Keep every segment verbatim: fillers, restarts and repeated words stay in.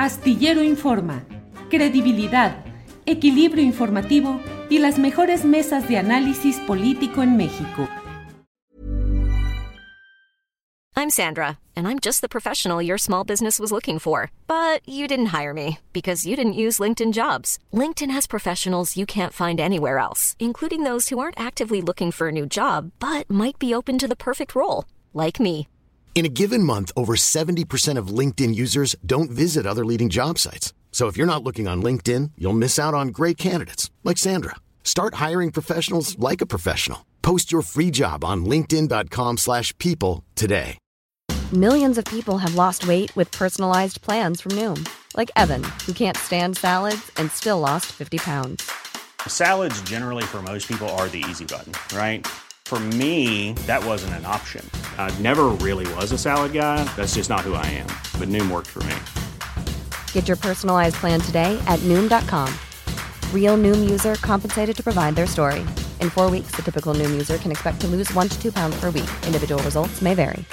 Astillero Informa, credibilidad, equilibrio informativo y las mejores mesas de análisis político en México. I'm Sandra, and I'm just the professional your small business was looking for. But you didn't hire me because you didn't use LinkedIn Jobs. LinkedIn has professionals you can't find anywhere else, including those who aren't actively looking for a new job, but might be open to the perfect role, like me. In a given month, over seventy percent of LinkedIn users don't visit other leading job sites. So if you're not looking on LinkedIn, you'll miss out on great candidates like Sandra. Start hiring professionals like a professional. Post your free job on linkedin.com slash people today. Millions of people have lost weight with personalized plans from Noom. Like Evan, who can't stand salads and still lost fifty pounds. Salads generally for most people are the easy button, right? For me, that wasn't an option. I never really was a salad guy. That's just not who I am. But Noom worked for me. Get your personalized plan today at Noom dot com. Real Noom user compensated to provide their story. In four weeks, the typical Noom user can expect to lose one to two pounds per week. Individual results may vary.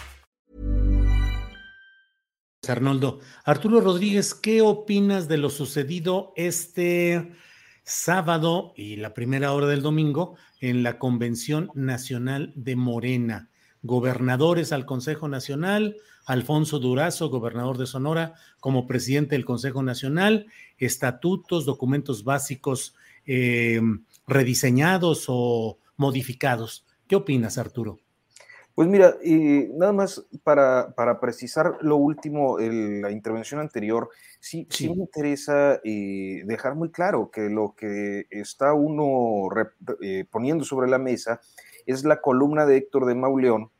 Arnoldo. Arturo Rodríguez, ¿qué opinas de lo sucedido este sábado y la primera hora del domingo en la Convención Nacional de Morena? Gobernadores al Consejo Nacional, Alfonso Durazo, gobernador de Sonora, como presidente del Consejo Nacional, estatutos, documentos básicos eh, rediseñados o modificados. ¿Qué opinas, Arturo? Pues mira, eh, nada más para, para precisar lo último, el, la intervención anterior, sí, sí. sí me interesa eh, dejar muy claro que lo que está uno rep, eh, poniendo sobre la mesa es la columna de Héctor de Mauleón,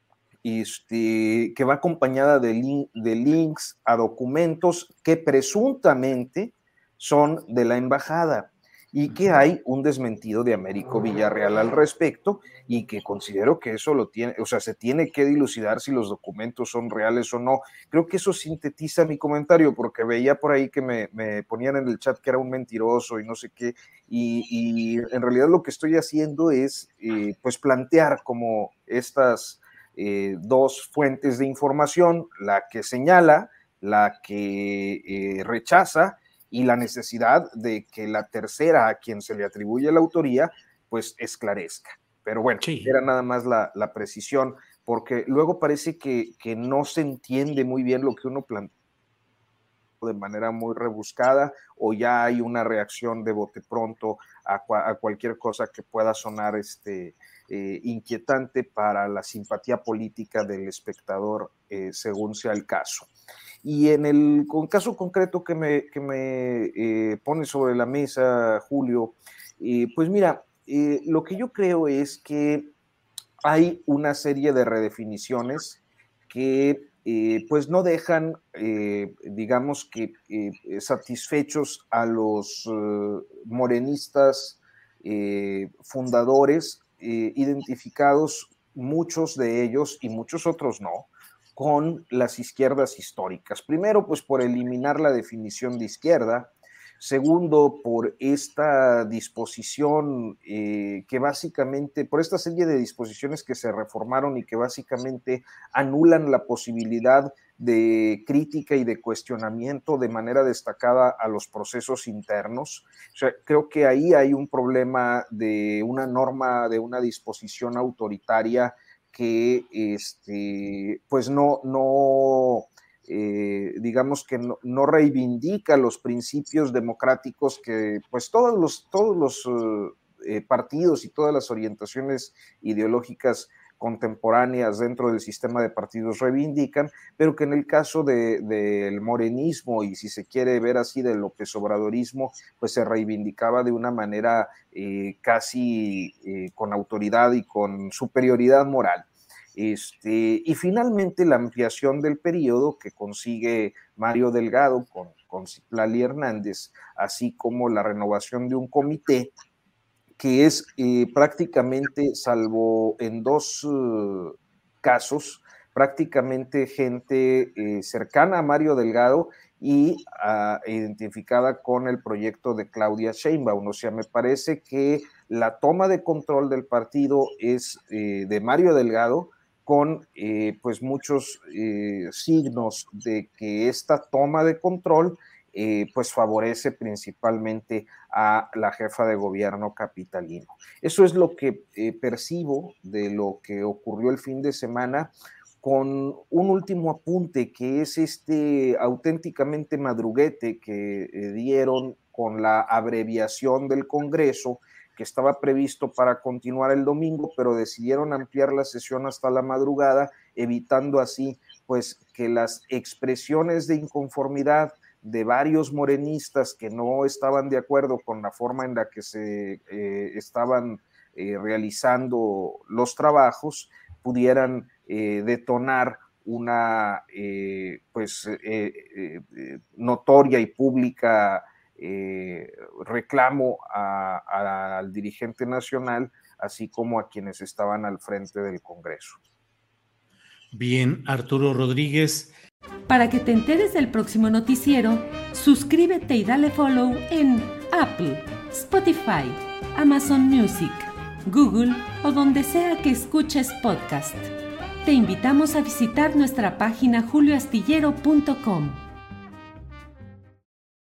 este, que va acompañada de, link, de links a documentos que presuntamente son de la embajada y que hay un desmentido de Américo Villarreal al respecto y que considero que eso lo tiene, o sea, se tiene que dilucidar si los documentos son reales o no. Creo que eso sintetiza mi comentario, porque veía por ahí que me, me ponían en el chat que era un mentiroso y no sé qué, y, y en realidad lo que estoy haciendo es eh, pues plantear como estas eh, dos fuentes de información, la que señala, la que eh, rechaza, y la necesidad de que la tercera a quien se le atribuye la autoría, pues esclarezca. Pero bueno, sí. Era nada más la, la precisión, porque luego parece que, que no se entiende muy bien lo que uno plantea de manera muy rebuscada, o ya hay una reacción de bote pronto a, a cualquier cosa que pueda sonar este, eh, inquietante para la simpatía política del espectador, eh, según sea el caso. Y en el con caso concreto que me, que me eh, pone sobre la mesa, Julio, eh, pues mira, eh, lo que yo creo es que hay una serie de redefiniciones que eh, pues no dejan, eh, digamos que eh, satisfechos a los eh, morenistas eh, fundadores, eh, identificados muchos de ellos y muchos otros no, con las izquierdas históricas. Primero, pues por eliminar la definición de izquierda. Segundo, por esta disposición eh, que básicamente, por esta serie de disposiciones que se reformaron y que básicamente anulan la posibilidad de crítica y de cuestionamiento de manera destacada a los procesos internos. O sea, creo que ahí hay un problema de una norma, de una disposición autoritaria que este, pues no, no eh, digamos que no, no reivindica los principios democráticos que pues todos los, todos los eh, partidos y todas las orientaciones ideológicas contemporáneas dentro del sistema de partidos reivindican, pero que en el caso del de, morenismo y si se quiere ver así del López Obradorismo, pues se reivindicaba de una manera eh, casi eh, con autoridad y con superioridad moral. Este, y finalmente la ampliación del periodo que consigue Mario Delgado con, con Citlali Hernández, así como la renovación de un comité que es eh, prácticamente, salvo en dos uh, casos, prácticamente gente eh, cercana a Mario Delgado y uh, identificada con el proyecto de Claudia Sheinbaum. O sea, me parece que la toma de control del partido es eh, de Mario Delgado, con eh, pues muchos eh, signos de que esta toma de control eh, pues favorece principalmente a la jefa de gobierno capitalino. Eso es lo que eh, percibo de lo que ocurrió el fin de semana, con un último apunte, que es este auténticamente madruguete que eh, dieron con la abreviación del Congreso, que estaba previsto para continuar el domingo, pero decidieron ampliar la sesión hasta la madrugada, evitando así pues que las expresiones de inconformidad de varios morenistas que no estaban de acuerdo con la forma en la que se eh, estaban eh, realizando los trabajos pudieran eh, detonar una eh, pues eh, eh, notoria y pública Eh, reclamo a, a, al dirigente nacional, así como a quienes estaban al frente del Congreso. Bien, Arturo Rodríguez. Para que te enteres del próximo noticiero, suscríbete y dale follow en Apple, Spotify, Amazon Music, Google o donde sea que escuches podcast. Te invitamos a visitar nuestra página julio astillero punto com.